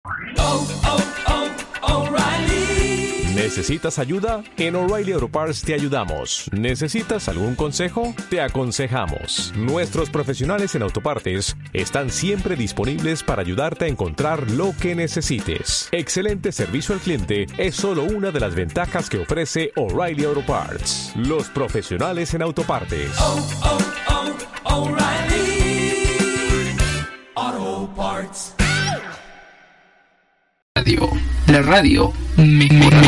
¿Necesitas ayuda? En O'Reilly Auto Parts te ayudamos. ¿Necesitas algún consejo? Te aconsejamos. Nuestros profesionales en autopartes están siempre disponibles para ayudarte a encontrar lo que necesites. Excelente servicio al cliente es solo una de las ventajas que ofrece O'Reilly Auto Parts. Los profesionales en autopartes. O'Reilly Auto Parts. La radio mejora.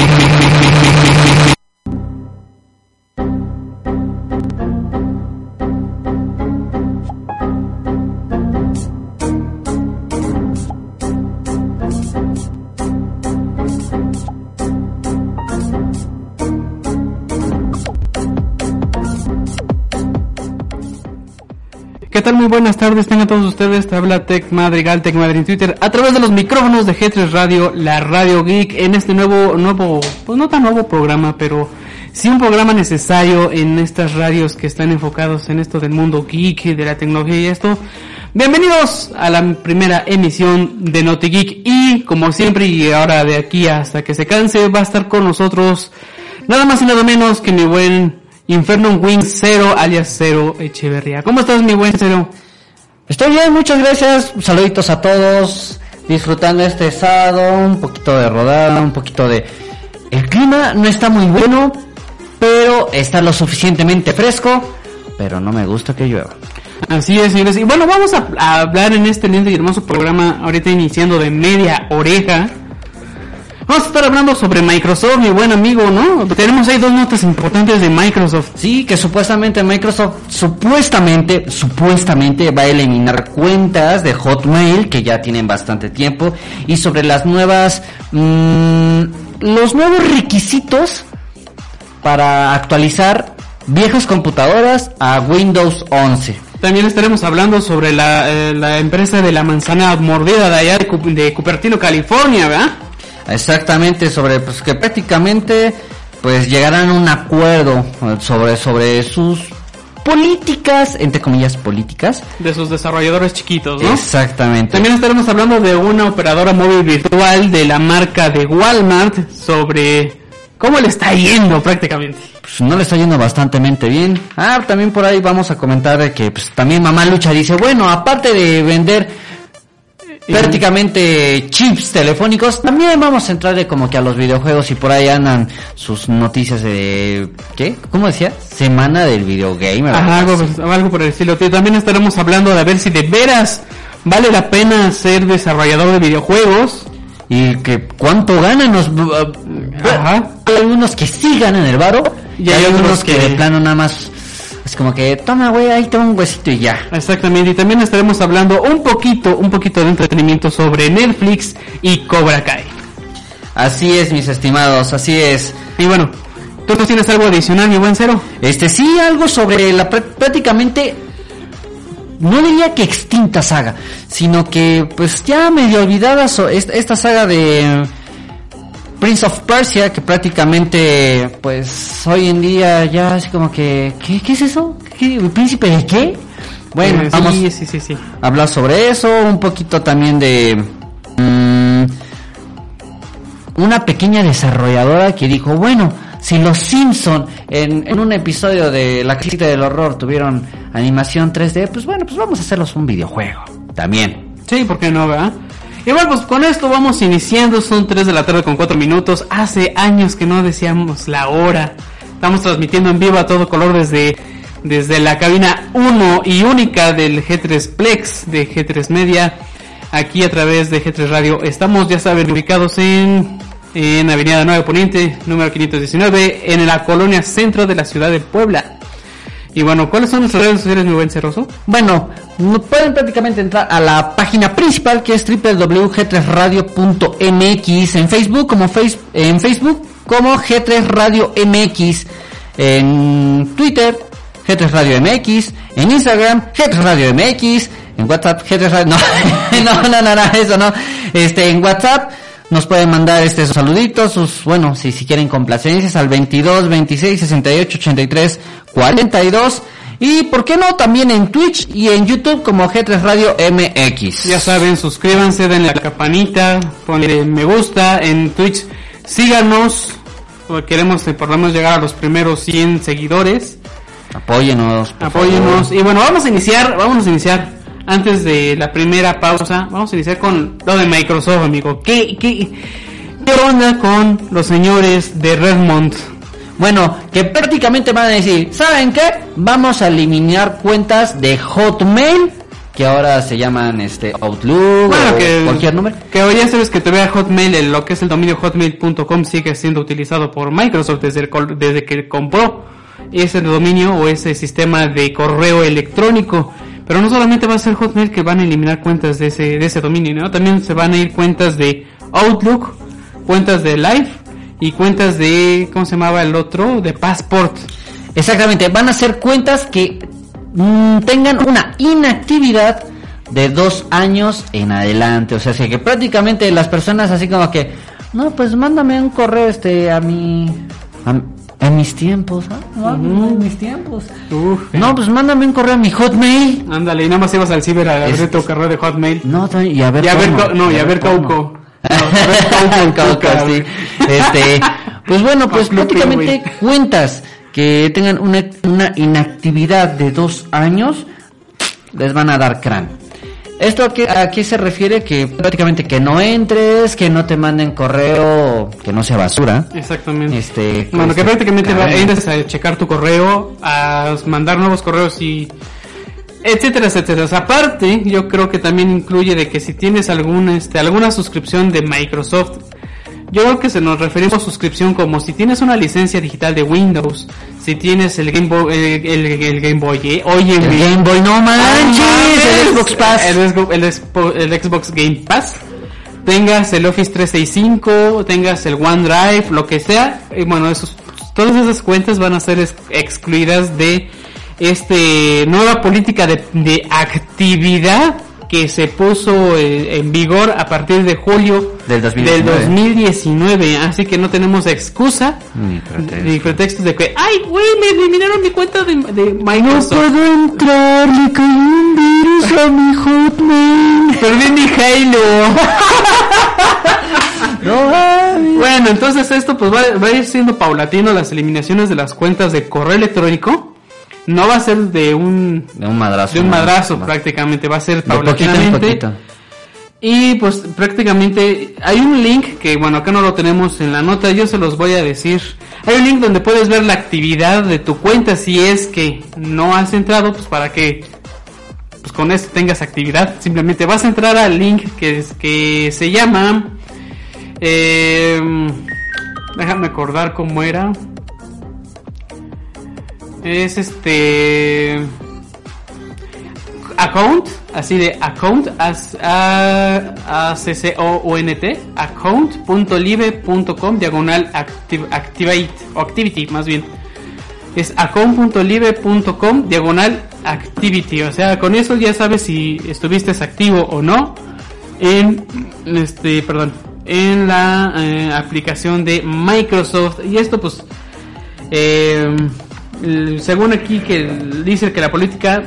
¿Qué tal? Muy buenas tardes, tengan todos ustedes. Te habla Tech Madrigal, Tech Madrid en Twitter, a través de los micrófonos de G3 Radio, la Radio Geek, en este nuevo, pues no tan nuevo programa, pero sí un programa necesario en estas radios que están enfocados en esto del mundo geek, de la tecnología y esto. Bienvenidos a la primera emisión de Naughty Geek y, como siempre, y ahora de aquí hasta que se canse, va a estar con nosotros nada más y nada menos que mi buen Inferno Wing Zero, alias Zero Echeverría. ¿Cómo estás, mi buen Zero? Estoy bien, muchas gracias. Saluditos a todos. Disfrutando este sábado, un poquito de rodada, un poquito de... El clima no está muy bueno, pero está lo suficientemente fresco, pero no me gusta que llueva. Así es, señores. Y bueno, vamos a hablar en este lindo y hermoso programa, ahorita iniciando de media oreja. Vamos a estar hablando sobre Microsoft, mi buen amigo, ¿no? Tenemos ahí dos notas importantes de Microsoft. Sí, que supuestamente Microsoft, supuestamente va a eliminar cuentas de Hotmail, que ya tienen bastante tiempo, y sobre las nuevas, los nuevos requisitos para actualizar viejas computadoras a Windows 11. También estaremos hablando sobre la empresa de la manzana mordida de allá de Cupertino, California, ¿verdad? Exactamente, sobre pues que prácticamente pues llegarán a un acuerdo sobre sus políticas, entre comillas políticas, de sus desarrolladores chiquitos, ¿no? Exactamente. También estaremos hablando de una operadora móvil virtual de la marca de Walmart, sobre cómo le está yendo prácticamente. Pues no le está yendo bastante bien. También por ahí vamos a comentar de que pues también Mamá Lucha dice, bueno, aparte de vender prácticamente chips telefónicos, también vamos a entrar de como que a los videojuegos, y por ahí andan sus noticias de ¿qué? ¿Cómo decía? Semana del videogamer. Ajá, algo por el estilo. También estaremos hablando de ver si de veras vale la pena ser desarrollador de videojuegos y que cuánto ganan Ajá. Hay algunos que sí ganan el varo y hay algunos que de plano nada más es como que, toma güey, ahí tengo un huesito y ya. Exactamente, y también estaremos hablando un poquito de entretenimiento sobre Netflix y Cobra Kai. Así es, mis estimados, así es. Y bueno, ¿tú no tienes algo adicional, mi buen Cero? Sí, algo sobre la prácticamente, no diría que extinta saga, sino que pues ya medio olvidada esta saga de Prince of Persia, que prácticamente pues hoy en día ya es como que ¿qué es eso? ¿El príncipe de qué? Bueno, vamos sí. a hablar sobre eso, un poquito también de una pequeña desarrolladora que dijo, bueno, si los Simpson en un episodio de La Casita del Horror tuvieron animación 3D, pues bueno, pues vamos a hacerlos un videojuego también. Sí, ¿por qué no, verdad? Y bueno, pues con esto vamos iniciando, son 3 de la tarde con 4 minutos, hace años que no decíamos la hora, estamos transmitiendo en vivo a todo color desde la cabina 1 y única del G3 Plex, de G3 Media, aquí a través de G3 Radio. Estamos, ya saben, ubicados en Avenida 9 Poniente, número 519, en la colonia centro de la ciudad de Puebla. Y bueno, ¿cuáles son nuestras redes sociales, mi buen Ceroso? Bueno, pueden prácticamente entrar a la página principal, que es www.g3radio.mx, en Facebook como G3 Radio MX, en Twitter G3 Radio MX, en Instagram G3 Radio MX, en WhatsApp G3 Radio no, eso no. En WhatsApp nos pueden mandar sus saluditos, si quieren complacencias al 22 26 68 83 42, Y por qué no, también en Twitch y en YouTube como G3 Radio MX. Ya saben, suscríbanse, denle a la campanita, ponle me gusta en Twitch, síganos, porque queremos por lo menos llegar a los primeros 100 seguidores. Apóyenos. Y bueno, vamos a iniciar antes de la primera pausa, vamos a iniciar con lo de Microsoft, amigo. ¿Qué onda con los señores de Redmond? Bueno, que prácticamente van a decir, ¿saben qué? Vamos a eliminar cuentas de Hotmail, que ahora se llaman Outlook, bueno, o cualquier número. Que hoy ya sabes que todavía Hotmail, lo que es el dominio hotmail.com sigue siendo utilizado por Microsoft desde que compró ese dominio o ese sistema de correo electrónico. Pero no solamente va a ser Hotmail que van a eliminar cuentas de ese dominio, ¿no? También se van a ir cuentas de Outlook, cuentas de Live y cuentas de, ¿cómo se llamaba el otro? De Passport. Exactamente, van a ser cuentas que tengan una inactividad de 2 años en adelante. O sea, que prácticamente las personas así como que, no, pues mándame un correo en mis tiempos, ¿ah? En mis tiempos. No, pues mándame un correo a mi Hotmail. Ándale, y nada más ibas al ciber a abrir tu correo de Hotmail. No, y a ver Cauco. Sí. Pues bueno, pues prácticamente cuentas que tengan una inactividad de 2 años les van a dar crán. ¿Esto a qué se refiere? Que prácticamente que no entres, que no te manden correo, que no sea basura. Exactamente. Bueno, que prácticamente entres a checar tu correo, a mandar nuevos correos y etcétera, etcétera. Aparte, yo creo que también incluye de que si tienes alguna suscripción de Microsoft, yo creo que se nos referimos a suscripción como si tienes una licencia digital de Windows, si tienes el Game Boy, el Game Boy, oye, el Game Boy, no manches, el Xbox Pass, el Xbox Game Pass, tengas el Office 365, tengas el OneDrive, lo que sea, y bueno, todas esas cuentas van a ser excluidas de nueva política de actividad que se puso en vigor a partir de julio del 2019, así que no tenemos excusa ni pretextos de que ay güey, me eliminaron mi cuenta de Microsoft. No puedo entrar, le cayó un virus a mi Hotmail. Perdí mi Halo. No, bueno, entonces esto pues va a ir siendo paulatino, las eliminaciones de las cuentas de correo electrónico. No va a ser de un madrazo, prácticamente, va a ser paulatinamente. Y pues prácticamente hay un link que, bueno, acá no lo tenemos en la nota, yo se los voy a decir. Hay un link donde puedes ver la actividad de tu cuenta si es que no has entrado, pues para que pues con esto tengas actividad. Simplemente vas a entrar al link que se llama déjame acordar cómo era. Es account, así de account, A-C-C-O-U-N-T, account.live.com activity, más bien. Es account.live.com activity, o sea, con eso ya sabes si estuviste activo o no en la aplicación de Microsoft. Y esto pues según aquí que dice que la política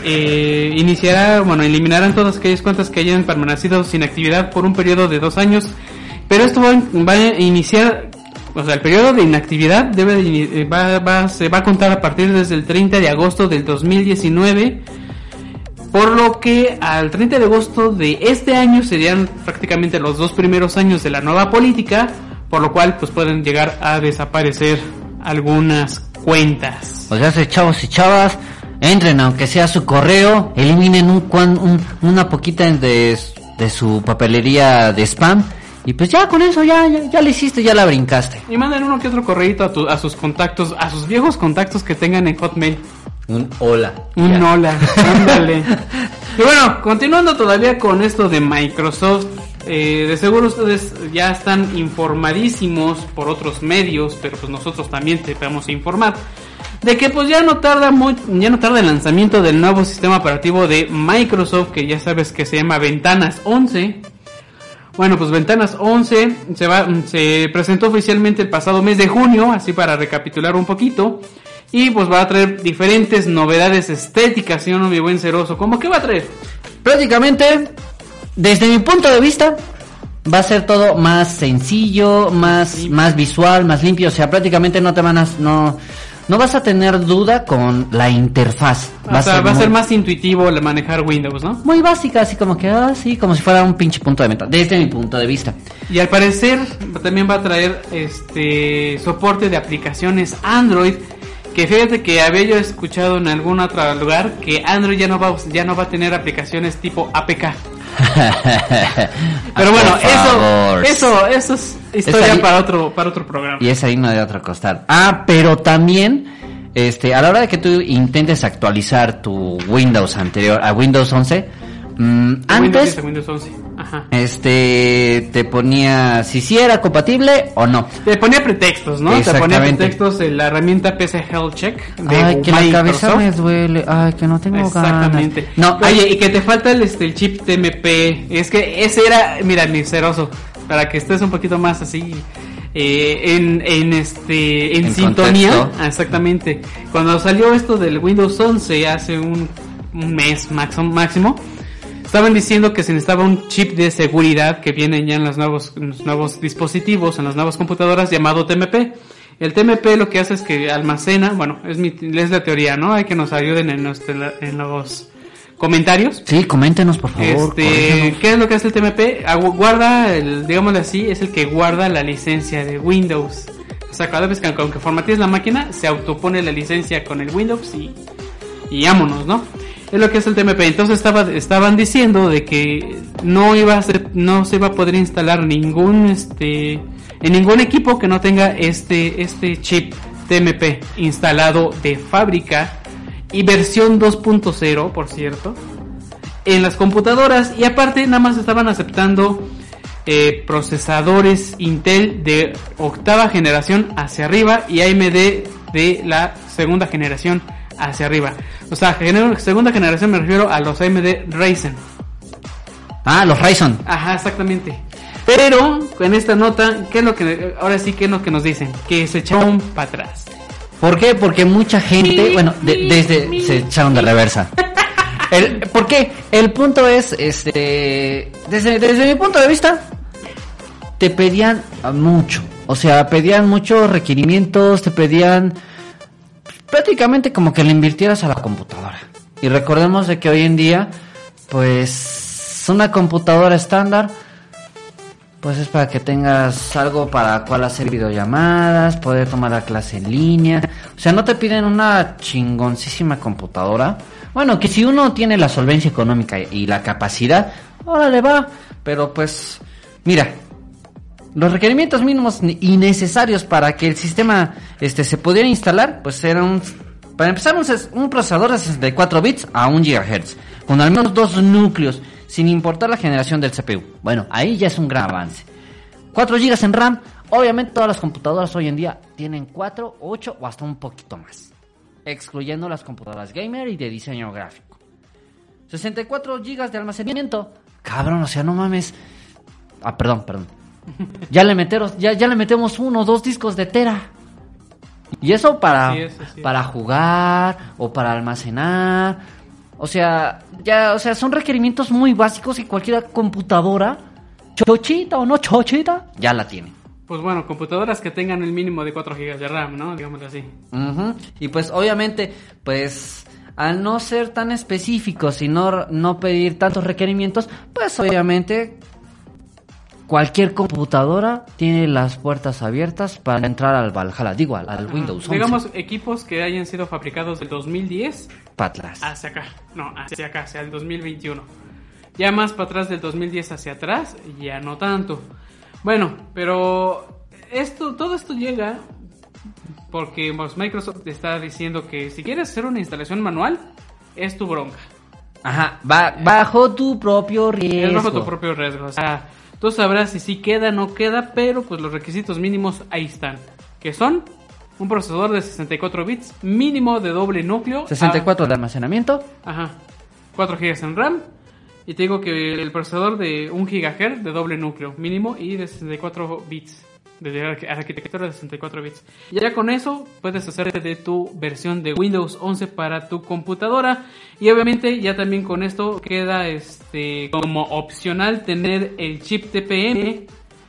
eliminarán todas aquellas cuentas que hayan permanecido sin actividad por un periodo de 2 años, pero esto va a iniciar, o sea, el periodo de inactividad se va a contar a partir desde el 30 de agosto del 2019, por lo que al 30 de agosto de este año serían prácticamente los 2 primeros años de la nueva política, por lo cual pues pueden llegar a desaparecer algunas cuentas. O sea, chavos y chavas, entren aunque sea su correo, eliminen una poquita de su papelería de spam y pues ya con eso ya le hiciste, ya la brincaste. Y manden uno que otro correíto a sus contactos, a sus viejos contactos que tengan en Hotmail. Un hola. Hola, ándale. Y bueno, continuando todavía con esto de Microsoft, de seguro ustedes ya están informadísimos por otros medios, pero pues nosotros también te vamos a informar de que pues ya no tarda el lanzamiento del nuevo sistema operativo de Microsoft, que ya sabes que se llama Ventanas 11. Bueno, pues Ventanas 11 se presentó oficialmente el pasado mes de junio, así para recapitular un poquito. Y pues va a traer diferentes novedades estéticas, ¿sí o no, mi buen Ceroso? ¿Cómo que va a traer? Prácticamente, desde mi punto de vista, va a ser todo más sencillo, más visual, más limpio. O sea, prácticamente no vas a tener duda con la interfaz. Va a ser más intuitivo el manejar Windows, ¿no? Muy básica, así como que, sí, como si fuera un pinche punto de venta, desde mi punto de vista. Y al parecer también va a traer soporte de aplicaciones Android. Que fíjate que había yo escuchado en algún otro lugar que Android ya no va a tener aplicaciones tipo APK. Pero bueno, eso es historia para otro programa. Y es harina de otro costal. Pero también a la hora de que tú intentes actualizar tu Windows anterior a Windows 11, antes Windows 11. Ajá. Te ponía si era compatible o no. Te ponía pretextos, ¿no? Te ponía pretextos en la herramienta PC Health Check de Ay, que Microsoft. la cabeza me duele. Ay, que no tengo Exactamente. ganas. No, oye, y que te falta el chip TMP. Es que ese era, mira, mi Ceroso, para que estés un poquito más así en sintonía. Contexto. Exactamente. Cuando salió esto del Windows 11 hace un mes máximo, estaban diciendo que se necesitaba un chip de seguridad que viene ya en los nuevos dispositivos, en las nuevas computadoras, llamado TMP. El TMP lo que hace es que almacena, bueno, es la teoría, ¿no? Hay que nos ayuden en los comentarios. Sí, coméntenos, por favor. ¿Qué es lo que hace el TMP? Guarda, digámoslo así, es el que guarda la licencia de Windows. O sea, cada vez que aunque formatees la máquina, se autopone la licencia con el Windows y vámonos, ¿no? Es lo que es el TMP. Entonces estaban diciendo de que no se iba a poder instalar en ningún equipo que no tenga este chip TMP instalado de fábrica y versión 2.0, por cierto, en las computadoras. Y aparte nada más estaban aceptando procesadores Intel de octava generación hacia arriba y AMD de la segunda generación hacia arriba. O sea, segunda generación me refiero a los AMD Ryzen. Los Ryzen. Ajá, exactamente. Pero con esta nota, ¿qué es lo que nos dicen? Que se echaron para atrás. ¿Por qué? Porque mucha gente, se echaron de reversa. ¿Por qué? El punto es, desde mi punto de vista, te pedían mucho. O sea, pedían muchos requerimientos, te pedían prácticamente como que le invirtieras a la computadora. Y recordemos de que hoy en día, pues, una computadora estándar, pues es para que tengas algo para cual hacer videollamadas, poder tomar la clase en línea. O sea, no te piden una chingoncísima computadora. Bueno, que si uno tiene la solvencia económica y la capacidad, órale va. Pero pues, mira, los requerimientos mínimos y necesarios para que el sistema se pudiera instalar, pues eran para empezar un procesador de 64 bits a 1 GHz, con al menos 2 núcleos, sin importar la generación del CPU. Bueno, ahí ya es un gran avance. 4 GB en RAM. Obviamente todas las computadoras hoy en día tienen 4, 8 o hasta un poquito más, excluyendo las computadoras gamer y de diseño gráfico. 64 GB de almacenamiento. Cabrón, o sea, no mames. Perdón. Ya le metemos 1 o 2 discos de tera. Y eso para jugar o para almacenar. O sea, son requerimientos muy básicos y cualquier computadora, chochita o no chochita, ya la tiene. Pues bueno, computadoras que tengan el mínimo de 4 GB de RAM, ¿no? Digámoslo así. Uh-huh. Y pues obviamente, pues al no ser tan específicos y no pedir tantos requerimientos, pues obviamente cualquier computadora tiene las puertas abiertas para entrar al Valhalla, al Windows 11. Digamos, equipos que hayan sido fabricados del 2010 para atrás. Hacia acá, hacia el 2021. Ya más para atrás del 2010 hacia atrás, ya no tanto. Bueno, pero todo esto llega porque Microsoft está diciendo que si quieres hacer una instalación manual, es tu bronca. Ajá, bajo tu propio riesgo. Es bajo tu propio riesgo, o sea, tú sabrás si sí queda o no queda, pero pues los requisitos mínimos ahí están, que son un procesador de 64 bits, mínimo de doble núcleo. 64 de almacenamiento. Ajá, 4 GB en RAM. Y te digo que el procesador de 1 GHz de doble núcleo, mínimo, y de 64 bits. de arquitectura de 64 bits. Y ya con eso puedes hacerte de tu versión de Windows 11 para tu computadora. Y obviamente ya también con esto queda como opcional tener el chip TPM.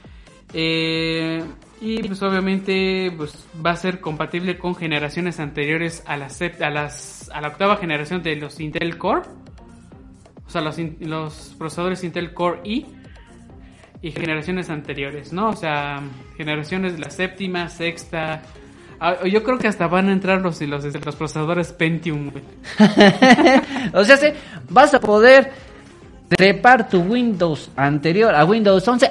Y pues obviamente pues va a ser compatible con generaciones anteriores a la octava generación de los Intel Core. O sea, los procesadores Intel Core i y generaciones anteriores, ¿no? O sea, generaciones de la séptima, sexta. Yo creo que hasta van a entrar los procesadores Pentium, güey. O sea, vas a poder trepar tu Windows anterior a Windows 11,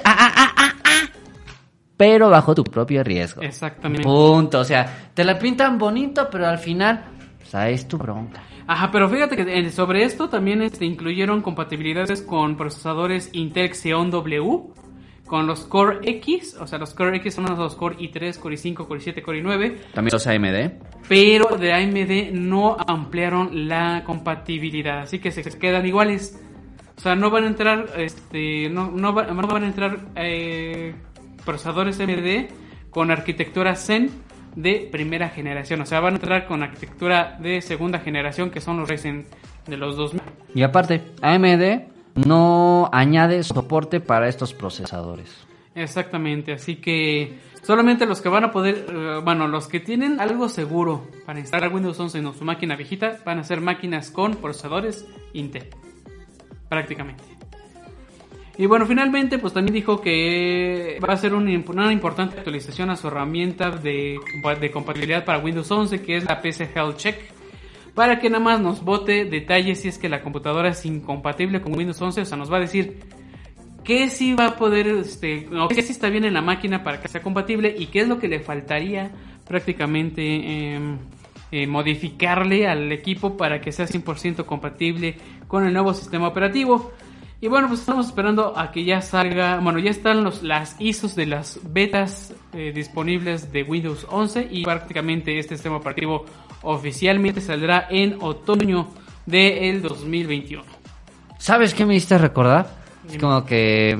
pero bajo tu propio riesgo. Exactamente. Punto. O sea, te la pintan bonito, pero al final, pues ahí es tu bronca. Ajá, pero fíjate que sobre esto también incluyeron compatibilidades con procesadores Intel Xeon W, con los Core X, o sea, los Core X son los Core i3, Core i5, Core i7, Core i9. También los AMD. Pero de AMD no ampliaron la compatibilidad, así que se quedan iguales. O sea, no van a entrar, no van a entrar procesadores AMD con arquitectura Zen de primera generación. O sea, van a entrar con arquitectura de segunda generación, que son los Ryzen de los 2000. Y aparte, AMD no añade soporte para estos procesadores. Exactamente, así que solamente los que van a poder, los que tienen algo seguro para instalar Windows 11 en su máquina viejita, van a ser máquinas con procesadores Intel, prácticamente. Y bueno, finalmente pues también dijo que va a ser una importante actualización a su herramienta de compatibilidad para Windows 11, que es la PC Health Check, para que nada más nos bote detalles si es que la computadora es incompatible con Windows 11. O sea, nos va a decir qué sí va a poder, o qué sí está bien en la máquina para que sea compatible, y qué es lo que le faltaría prácticamente modificarle al equipo para que sea 100% compatible con el nuevo sistema operativo. Y bueno, pues estamos esperando a que ya salga, ya están las ISOs de las betas disponibles de Windows 11, y prácticamente este sistema operativo oficialmente saldrá en otoño del 2021. ¿Sabes qué me hiciste recordar? Es como que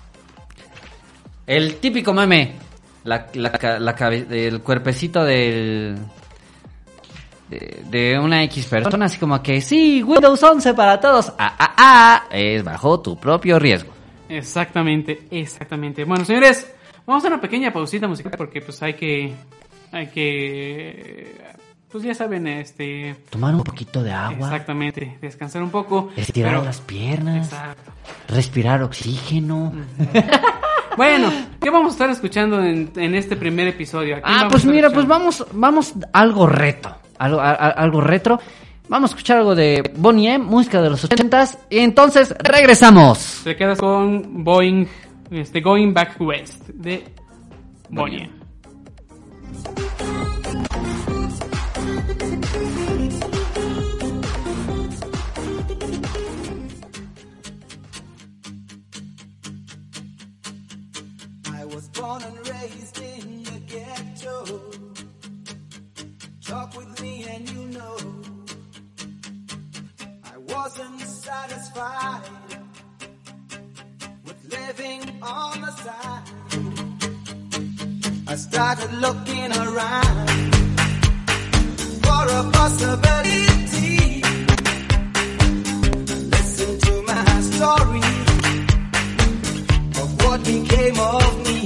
el típico meme, el cuerpecito de una X persona, así como que sí, Windows 11 para todos, es bajo tu propio riesgo. Exactamente. Bueno, señores, vamos a una pequeña pausita musical porque pues hay que pues ya saben, tomar un poquito de agua. Exactamente, descansar un poco. Estirar las piernas. Exacto. Respirar oxígeno. Bueno, ¿qué vamos a estar escuchando en este primer episodio? Pues mira, pues vamos algo retro. Algo retro. Vamos a escuchar algo de Boney M, música de los 80s. Y entonces regresamos. Te quedas con Going Back West de Boney M. Born and raised in the ghetto. Talk with me and you know I wasn't satisfied with living on the side. I started looking around for a possibility. Listen to my story of what became of me.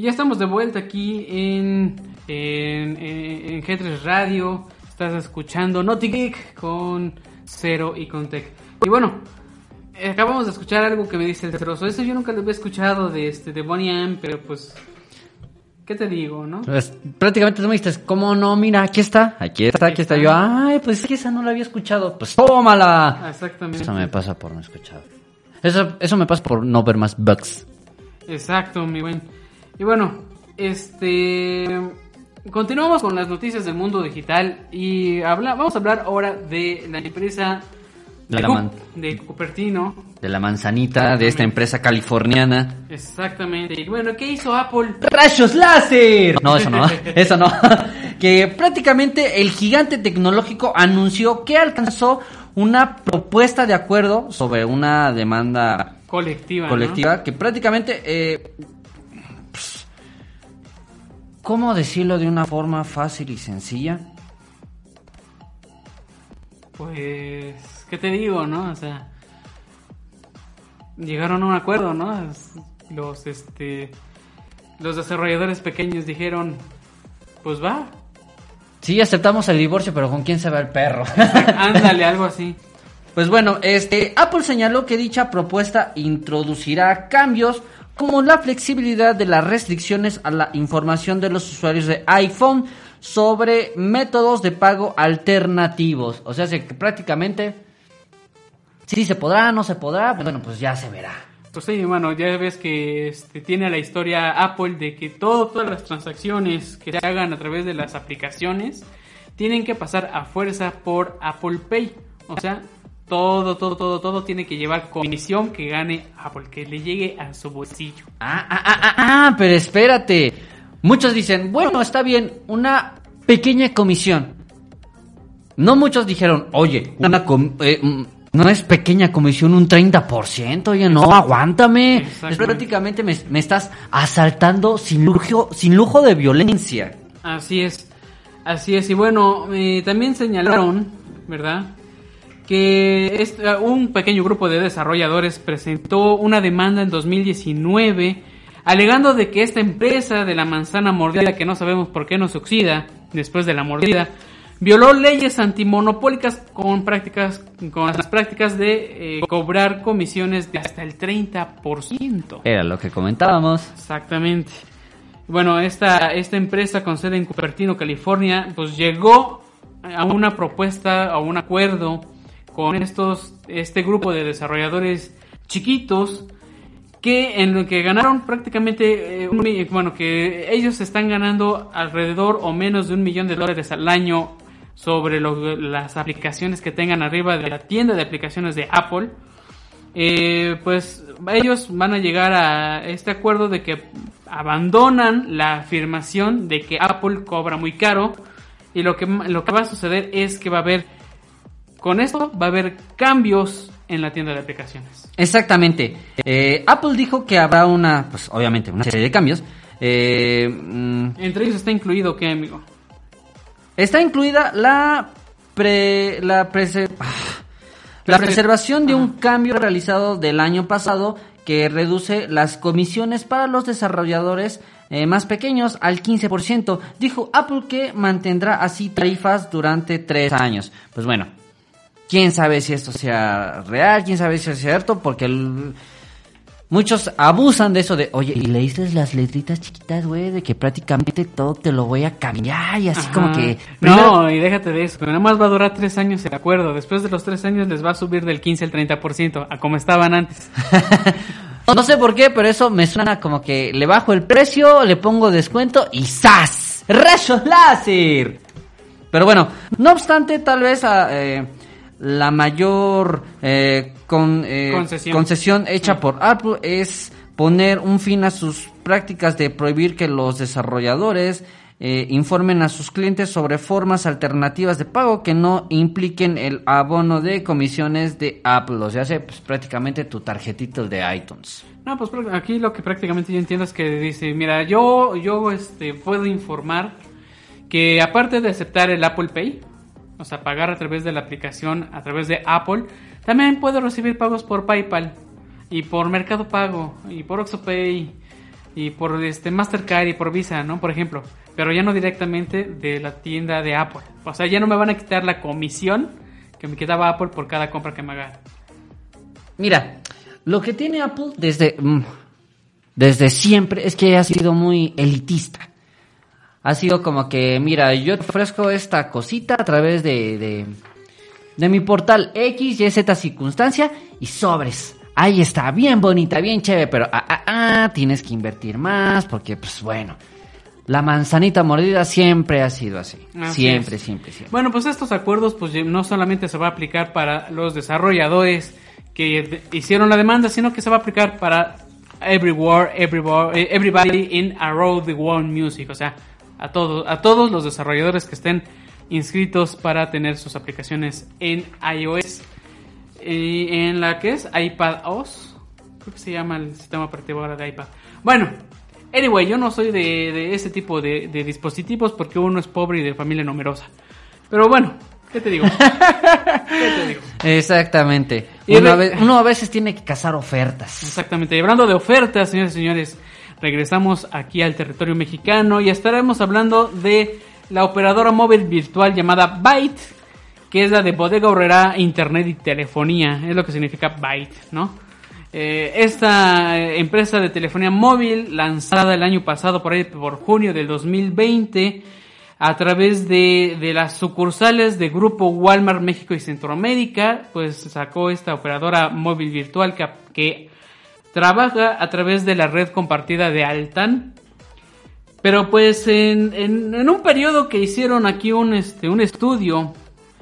Y ya estamos de vuelta aquí en G3 Radio. Estás escuchando Naughty Geek con Zero y con Tech. Y bueno, acabamos de escuchar algo que me dice el Ceroso. Eso yo nunca lo había escuchado de Bonnie M, pero pues, ¿qué te digo, no? Pues, prácticamente tú me dijiste, ¿cómo no? Mira, aquí está. Yo, ay, pues es que esa no la había escuchado. Pues tómala. Exactamente. Eso me pasa por no escuchar. Eso me pasa por no ver más bugs. Exacto, mi buen. Y bueno, continuamos con las noticias del mundo digital y vamos a hablar ahora de la empresa de Cupertino. De la manzanita, de esta empresa californiana. Exactamente. Y bueno, ¿qué hizo Apple? ¡Rayos láser! No, eso no. Que prácticamente el gigante tecnológico anunció que alcanzó una propuesta de acuerdo sobre una demanda colectiva, ¿no? Que prácticamente... ¿cómo decirlo de una forma fácil y sencilla? Pues, ¿qué te digo, no? O sea, llegaron a un acuerdo, ¿no? Los desarrolladores pequeños dijeron, pues va. Sí, aceptamos el divorcio, pero ¿con quién se va el perro? Ándale, algo así. Pues bueno, Apple señaló que dicha propuesta introducirá cambios como la flexibilidad de las restricciones a la información de los usuarios de iPhone sobre métodos de pago alternativos. O sea, que prácticamente sí se podrá, no se podrá, bueno, pues ya se verá. Pues sí, bueno, ya ves que tiene la historia Apple de que todas las transacciones que se hagan a través de las aplicaciones tienen que pasar a fuerza por Apple Pay. O sea, todo tiene que llevar comisión que gane Apple, que le llegue a su bolsillo. Pero espérate. Muchos dicen, bueno, está bien, una pequeña comisión. No muchos dijeron, oye, no es pequeña comisión, un 30%, oye, no, aguántame. Es prácticamente me estás asaltando sin lujo de violencia. Así es. Y bueno, también señalaron, ¿verdad?, que un pequeño grupo de desarrolladores presentó una demanda en 2019 alegando de que esta empresa de la manzana mordida, que no sabemos por qué no se oxida después de la mordida, violó leyes antimonopólicas con las prácticas de cobrar comisiones de hasta el 30%. Era lo que comentábamos. Exactamente. Bueno, esta empresa con sede en Cupertino, California, pues llegó a una propuesta, a un acuerdo con este grupo de desarrolladores chiquitos en lo que ganaron prácticamente que ellos están ganando alrededor o menos de $1 millón al año sobre las aplicaciones que tengan arriba de la tienda de aplicaciones de Apple. Pues ellos van a llegar a este acuerdo de que abandonan la afirmación de que Apple cobra muy caro, y lo que va a suceder es que va a haber cambios en la tienda de aplicaciones. Exactamente. Apple dijo que habrá obviamente una serie de cambios. Entre ellos está incluido, ¿qué, amigo? Está incluida la preservación de un cambio realizado del año pasado que reduce las comisiones para los desarrolladores más pequeños al 15%. Dijo Apple que mantendrá así tarifas durante 3 años. Pues bueno, quién sabe si esto sea real, quién sabe si es cierto, porque muchos abusan de eso de, oye, y leíste las letritas chiquitas, de que prácticamente todo te lo voy a cambiar y así. Ajá. Como que... No, y déjate de eso, que nada más va a durar 3 años el acuerdo. Después de los 3 años les va a subir del 15 al 30% a como estaban antes. No sé por qué, pero eso me suena como que le bajo el precio, le pongo descuento y ¡zas! ¡Rayos láser! Pero bueno, no obstante, tal vez la mayor concesión hecha por Apple es poner un fin a sus prácticas de prohibir que los desarrolladores informen a sus clientes sobre formas alternativas de pago que no impliquen el abono de comisiones de Apple. O sea, pues prácticamente tu tarjetito de iTunes. No, pues aquí lo que prácticamente yo entiendo es que dice, mira, yo puedo informar que aparte de aceptar el Apple Pay, o sea, pagar a través de la aplicación, a través de Apple, también puedo recibir pagos por PayPal y por Mercado Pago y por OxxoPay y por Mastercard y por Visa, ¿no? Por ejemplo, pero ya no directamente de la tienda de Apple. O sea, ya no me van a quitar la comisión que me quitaba Apple por cada compra que me haga. Mira, lo que tiene Apple desde siempre es que ha sido muy elitista. Ha sido como que, mira, yo te ofrezco esta cosita a través de mi portal X, Y, Z circunstancia y sobres. Ahí está, bien bonita, bien chévere, pero tienes que invertir más porque, pues bueno, la manzanita mordida siempre ha sido así. Siempre. Bueno, pues estos acuerdos pues no solamente se va a aplicar para los desarrolladores que hicieron la demanda, sino que se va a aplicar para everybody in around the world music, o sea, a todos los desarrolladores que estén inscritos para tener sus aplicaciones en iOS y en la que es iPadOS, creo que se llama el sistema operativo ahora de iPad. Bueno, anyway, yo no soy de ese tipo de dispositivos porque uno es pobre y de familia numerosa, pero bueno, ¿qué te digo? Exactamente. Uno a veces tiene que cazar ofertas. Exactamente. Y hablando de ofertas, señores y señores, regresamos aquí al territorio mexicano y estaremos hablando de la operadora móvil virtual llamada Byte, que es la de Bodega Aurrerá Internet y Telefonía. Es lo que significa Byte, ¿no? Esta empresa de telefonía móvil, lanzada el año pasado por junio del 2020, a través de las sucursales de Grupo Walmart México y Centroamérica, pues sacó esta operadora móvil virtual que trabaja a través de la red compartida de Altán. Pero pues en un periodo que hicieron aquí un estudio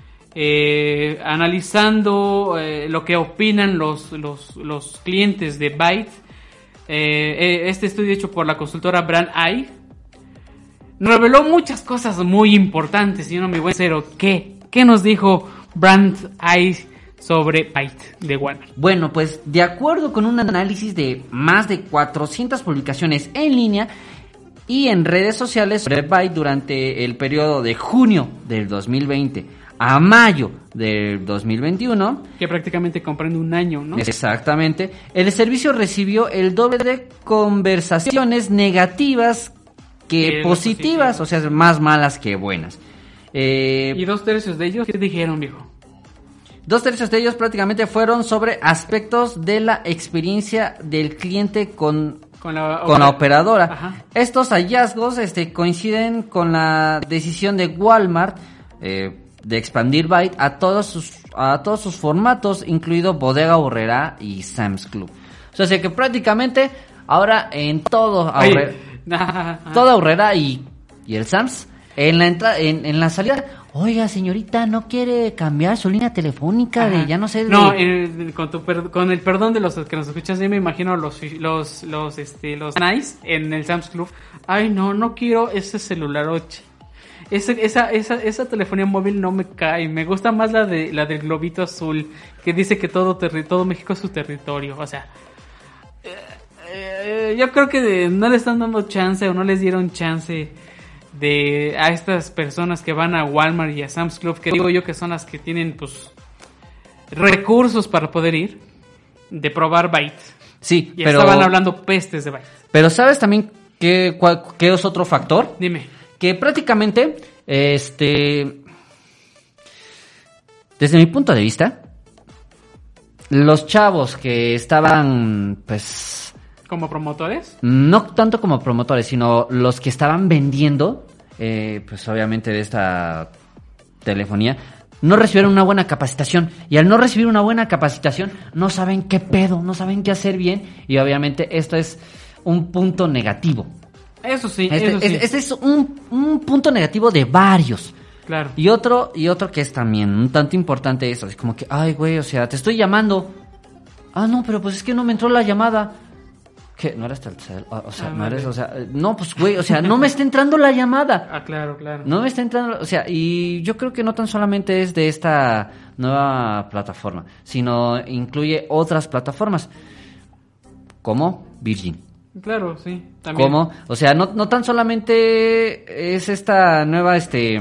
analizando lo que opinan los clientes de Byte, este estudio hecho por la consultora Brand Eye reveló muchas cosas muy importantes, ¿sí, no, mi buen Cero? ¿Qué nos dijo Brand Eye sobre Byte de Walmart? Bueno, pues de acuerdo con un análisis de más de 400 publicaciones en línea y en redes sociales sobre Byte durante el periodo de junio del 2020 a mayo del 2021, que prácticamente comprende un año, ¿no? Exactamente. El servicio recibió el doble de conversaciones negativas que positivas, o sea, más malas que buenas. ¿Y 2/3 de ellos qué dijeron, viejo? 2/3 de ellos prácticamente fueron sobre aspectos de la experiencia del cliente con la operadora. Ajá. Estos hallazgos coinciden con la decisión de Walmart de expandir Byte a todos sus formatos, incluido Bodega Aurrerá y Sam's Club. O sea, que prácticamente ahora en todo toda Aurrerá y el Sam's, en la salida, oiga señorita, ¿no quiere cambiar su línea telefónica? Ajá. Ya no sé de... No, con el perdón de los que nos escuchan, yo me imagino los nice en el Sam's Club. Ay, no quiero ese celularoche. Esa telefonía móvil no me cae. Me gusta más la del globito azul, que dice que todo México es su territorio. O sea, yo creo que no le están dando chance o no les dieron chance a estas personas que van a Walmart y a Sam's Club, que digo yo que son las que tienen pues recursos para poder ir, de probar Byte. Sí, y pero estaban hablando pestes de Byte. Pero ¿sabes también qué es otro factor? Dime. Que prácticamente, desde mi punto de vista, los chavos que estaban, pues... ¿Como promotores? No tanto como promotores, sino los que estaban vendiendo, pues obviamente de esta telefonía, no recibieron una buena capacitación. Y al no recibir una buena capacitación, no saben qué pedo, no saben qué hacer bien. Y obviamente esto es un punto negativo. Eso sí, Este es un punto negativo de varios. Claro. Y otro que es también un tanto importante eso. Es como que, ay, güey, o sea, te estoy llamando. Ah, no, pero pues es que no me entró la llamada. ¿Qué? ¿No eres Telcel? O sea, no eres, o sea... No, pues, güey, o sea, no me está entrando la llamada. Ah, claro. No me está entrando... O sea, y yo creo que no tan solamente es de esta nueva plataforma, sino incluye otras plataformas, como Virgin. Claro, sí, también. ¿Cómo? O sea, no tan solamente es esta nueva,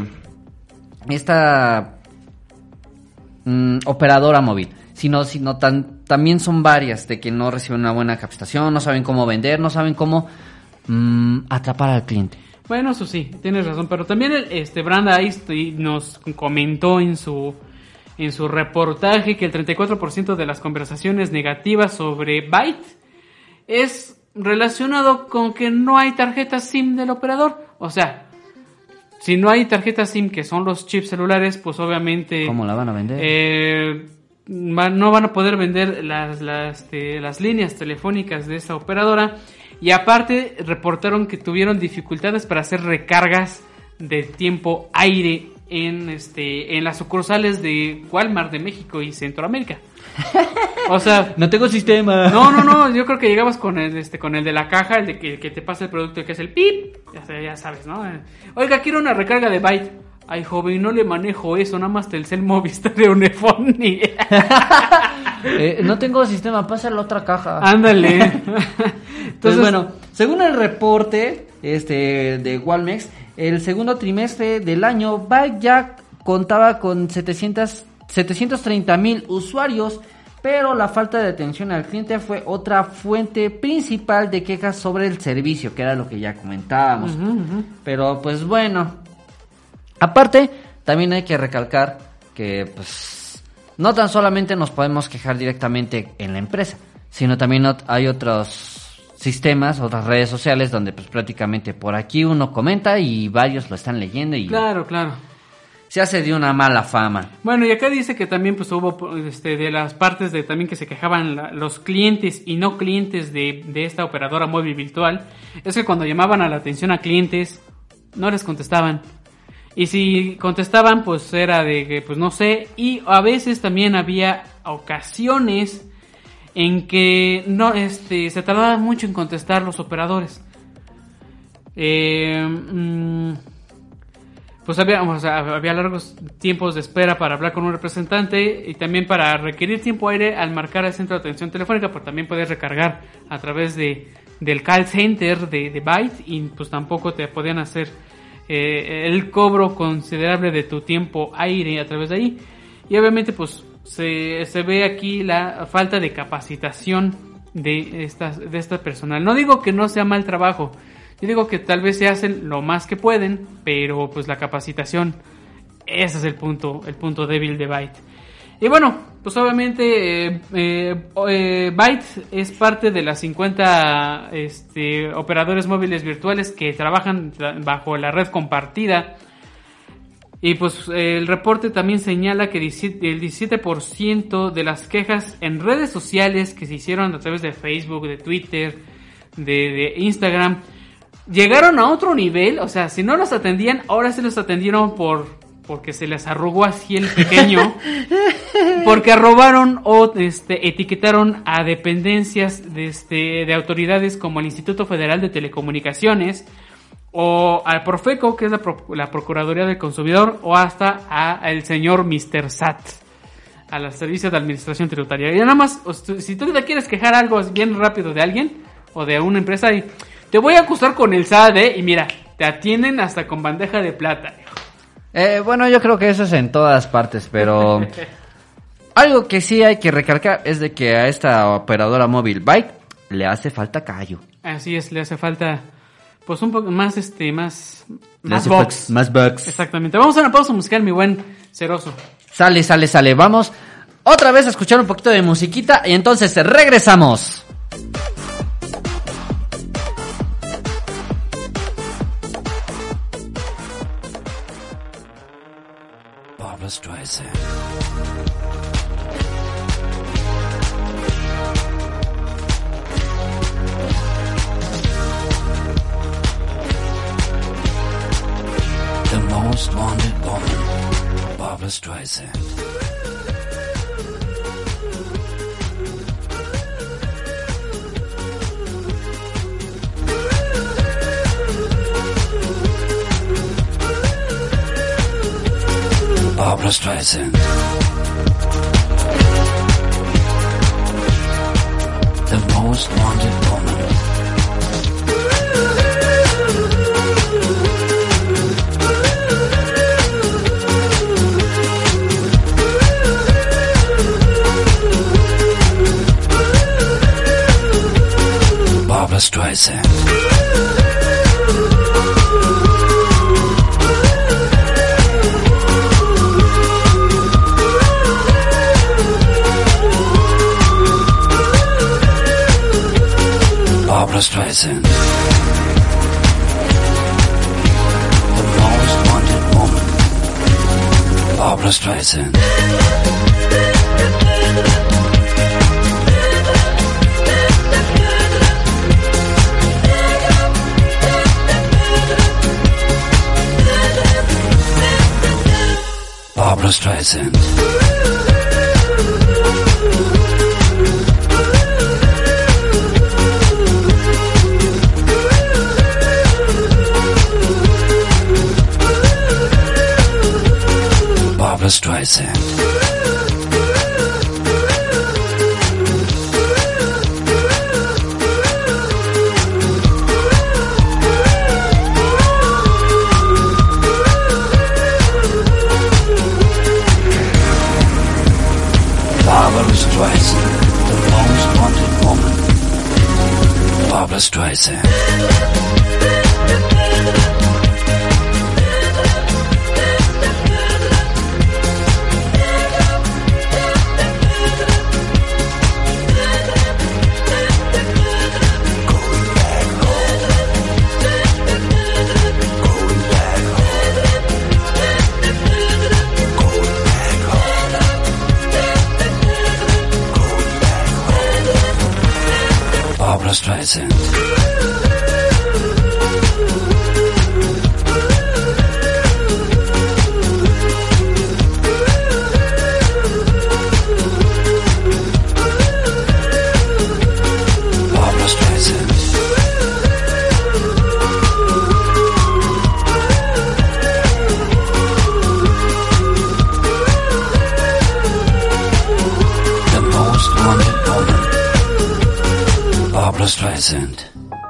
operadora móvil, sino también son varias de que no reciben una buena capacitación, no saben cómo vender, no saben cómo atrapar al cliente. Bueno, eso sí, tienes razón, pero también Brand Ice nos comentó en su reportaje que el 34% de las conversaciones negativas sobre Byte es relacionado con que no hay tarjeta SIM del operador. O sea, si no hay tarjeta SIM, que son los chips celulares, pues obviamente... ¿Cómo la van a vender? No van a poder vender las líneas telefónicas de esta operadora. Y aparte reportaron que tuvieron dificultades para hacer recargas de tiempo aire en las sucursales de Walmart de México y Centroamérica. O sea, no tengo sistema. No, yo creo que llegabas con el de la caja, el de que te pasa el producto, que es el pip, ya sabes, ¿no? Oiga, quiero una recarga de Byte. Ay, joven, no le manejo eso, nada más Telcel Movistar de Unifón. No tengo sistema, pasa la otra caja. Ándale. Entonces, bueno, según el reporte de Walmex, el segundo trimestre del año, Byte ya contaba con 730,000 usuarios, pero la falta de atención al cliente fue otra fuente principal de quejas sobre el servicio, que era lo que ya comentábamos. Pero pues bueno, aparte, también hay que recalcar que pues no tan solamente nos podemos quejar directamente en la empresa, sino también hay otros sistemas, otras redes sociales donde pues prácticamente por aquí uno comenta y varios lo están leyendo y claro. Se hace de una mala fama. Bueno, y acá dice que también pues hubo de las partes de también que se quejaban los clientes y no clientes de esta operadora móvil virtual, es que cuando llamaban a la atención a clientes no les contestaban. Y si contestaban, pues era de que, pues no sé, y a veces también había ocasiones en que no se tardaban mucho en contestar los operadores. Pues había largos tiempos de espera para hablar con un representante y también para requerir tiempo aire al marcar el centro de atención telefónica, porque también puedes recargar a través del call center de Byte y pues tampoco te podían hacer el cobro considerable de tu tiempo aire a través de ahí. Y obviamente pues se ve aquí la falta de capacitación de esta personal. No digo que no sea mal trabajo, yo digo que tal vez se hacen lo más que pueden, pero pues la capacitación, ese es el punto débil de Byte. Y bueno, pues obviamente Byte es parte de las 50 operadores móviles virtuales que trabajan bajo la red compartida. Y pues el reporte también señala que el 17% de las quejas en redes sociales que se hicieron a través de Facebook, de Twitter, de Instagram, llegaron a otro nivel. O sea, si no los atendían, ahora sí los atendieron porque se les arrugó así el pequeño, porque arrobaron o etiquetaron a dependencias de autoridades como el Instituto Federal de Telecomunicaciones, o al Profeco, que es la Procuraduría del Consumidor, o hasta a el señor Mr. SAT, a los servicios de administración tributaria. Y nada más, si tú te quieres quejar algo bien rápido de alguien o de una empresa, y te voy a acusar con el SAT, y mira, te atienden hasta con bandeja de plata. Bueno, yo creo que eso es en todas partes, pero algo que sí hay que recalcar es de que a esta operadora móvil Byte le hace falta callo. Así es, le hace falta pues un poco más más box. Más bugs. Exactamente. Vamos a una pausa musical, mi buen Ceroso. Sale. Vamos otra vez a escuchar un poquito de musiquita y entonces regresamos. Barbra Streisand. The most wanted woman, Barbra Streisand. Barbra Streisand. The most wanted woman. Barbra Streisand. Barbra Streisand. The most wanted woman. Barbra Streisand. Barbra Streisand. Barbra Streisand. Barbra Streisand, the most wanted woman. Barbra Streisand. Barbra Streisand. Barbra Streisand. The most wanted woman. Barbra Streisand.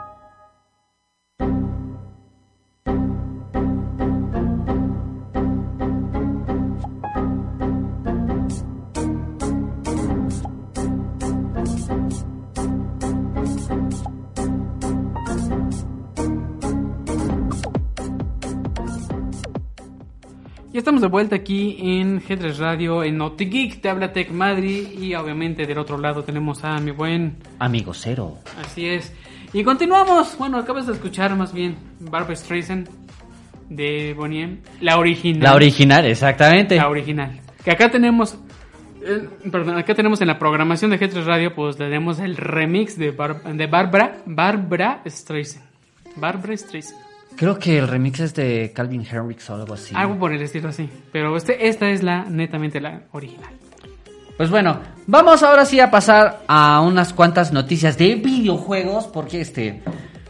Ya estamos de vuelta aquí en G3 Radio, en NotiGeek, te habla Tech Madrid y obviamente del otro lado tenemos a mi buen Amigo Cero. Así es. Y continuamos. Bueno, acabas de escuchar más bien Barbra Streisand de Bonnie M. La original. La original, exactamente. La original. Que acá tenemos... acá tenemos en la programación de G3 Radio, pues tenemos el remix de Barbra Streisand. Barbra Streisand. Creo que el remix es de Calvin Harris o algo así. Algo por el estilo así. Pero esta es netamente la original. Pues bueno, vamos ahora sí a pasar a unas cuantas noticias de videojuegos. Porque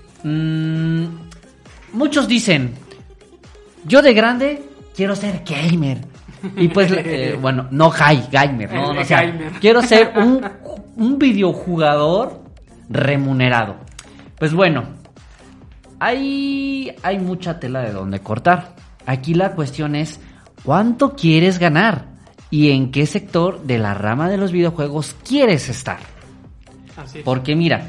muchos dicen, yo de grande quiero ser gamer. Y pues, bueno, no gamer, ¿no? O sea, gamer. Quiero ser un videojugador remunerado. Pues bueno, hay mucha tela de donde cortar. Aquí la cuestión es, ¿cuánto quieres ganar? ¿Y en qué sector de la rama de los videojuegos quieres estar? Así es. Porque mira,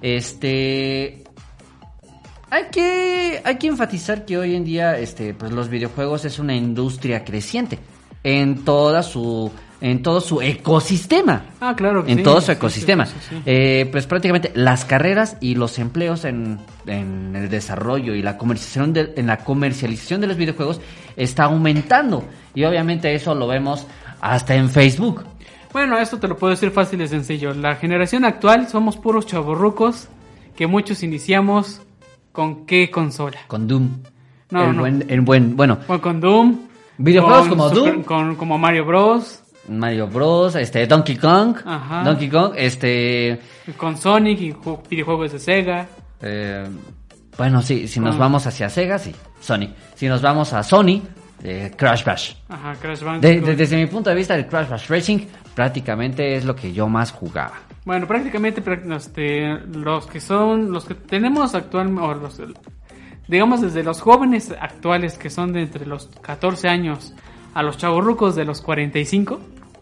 hay que enfatizar que hoy en día pues los videojuegos es una industria creciente en todo su ecosistema. Ah, claro que en sí, todo su sí, ecosistema. sí. Pues prácticamente las carreras y los empleos en el desarrollo y la comercialización de los videojuegos está aumentando. Y obviamente eso lo vemos hasta en Facebook. Bueno, esto te lo puedo decir fácil y sencillo. La generación actual somos puros chavorrucos que muchos iniciamos ¿con qué consola? Con Doom. Bueno, con Doom. Videojuegos como Doom. Como Mario Bros. Mario Bros, Donkey Kong. Ajá. Donkey Kong, Con Sonic y videojuegos de Sega. Bueno, sí, si nos vamos hacia Sega, sí, Sonic. Si nos vamos a Sony, Crash Bash. Ajá, Crash Bandicoot. Desde mi punto de vista, el Crash Bash Racing prácticamente es lo que yo más jugaba. Bueno, prácticamente los que tenemos actualmente, digamos desde los jóvenes actuales que son de entre los 14 años a los chavorrucos de los 45.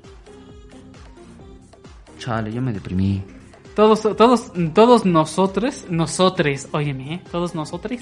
Chale, yo me deprimí. Todos nosotros, óyeme, todos nosotros.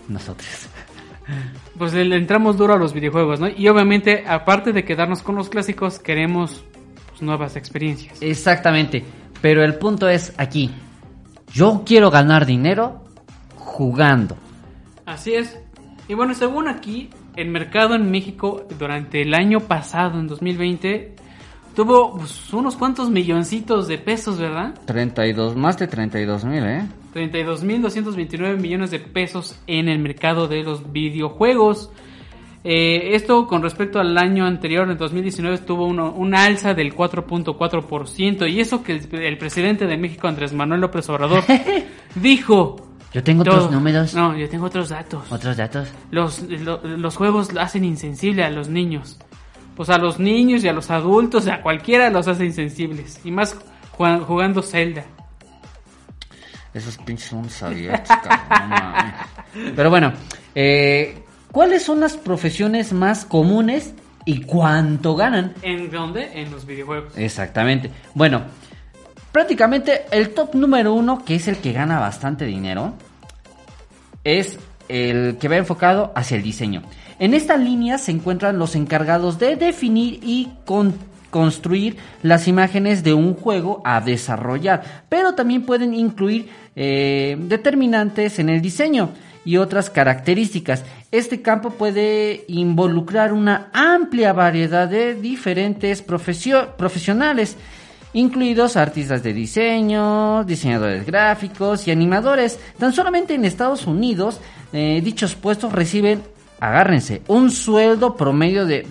Pues le entramos duro a los videojuegos, ¿no? Y obviamente, aparte de quedarnos con los clásicos, queremos pues, nuevas experiencias. Exactamente, pero el punto es aquí. Yo quiero ganar dinero jugando. Así es. Y bueno, según aquí, el mercado en México durante el año pasado, en 2020, tuvo pues, unos cuantos milloncitos de pesos, ¿verdad? Más de 32,000, 32.229 millones de pesos en el mercado de los videojuegos. Esto con respecto al año anterior, en 2019, tuvo una alza del 4.4%. Y eso que el presidente de México, Andrés Manuel López Obrador, dijo... Yo tengo otros números. No, yo tengo otros datos. ¿Otros datos? Los juegos hacen insensible a los niños. Pues a los niños y a los adultos, a cualquiera los hace insensibles. Y más jugando Zelda. Esos pinches mundos abiertos, cabrón, no mames. Pero bueno, ¿cuáles son las profesiones más comunes y cuánto ganan? ¿En dónde? En los videojuegos. Exactamente. Bueno, prácticamente el top número 1, que es el que gana bastante dinero, es el que va enfocado hacia el diseño. En esta línea se encuentran los encargados de definir y construir las imágenes de un juego a desarrollar, pero también pueden incluir determinantes en el diseño y otras características. Este campo puede involucrar una amplia variedad de diferentes profesionales, incluidos artistas de diseño, diseñadores gráficos y animadores. Tan solamente en Estados Unidos, dichos puestos reciben, agárrense, un sueldo promedio de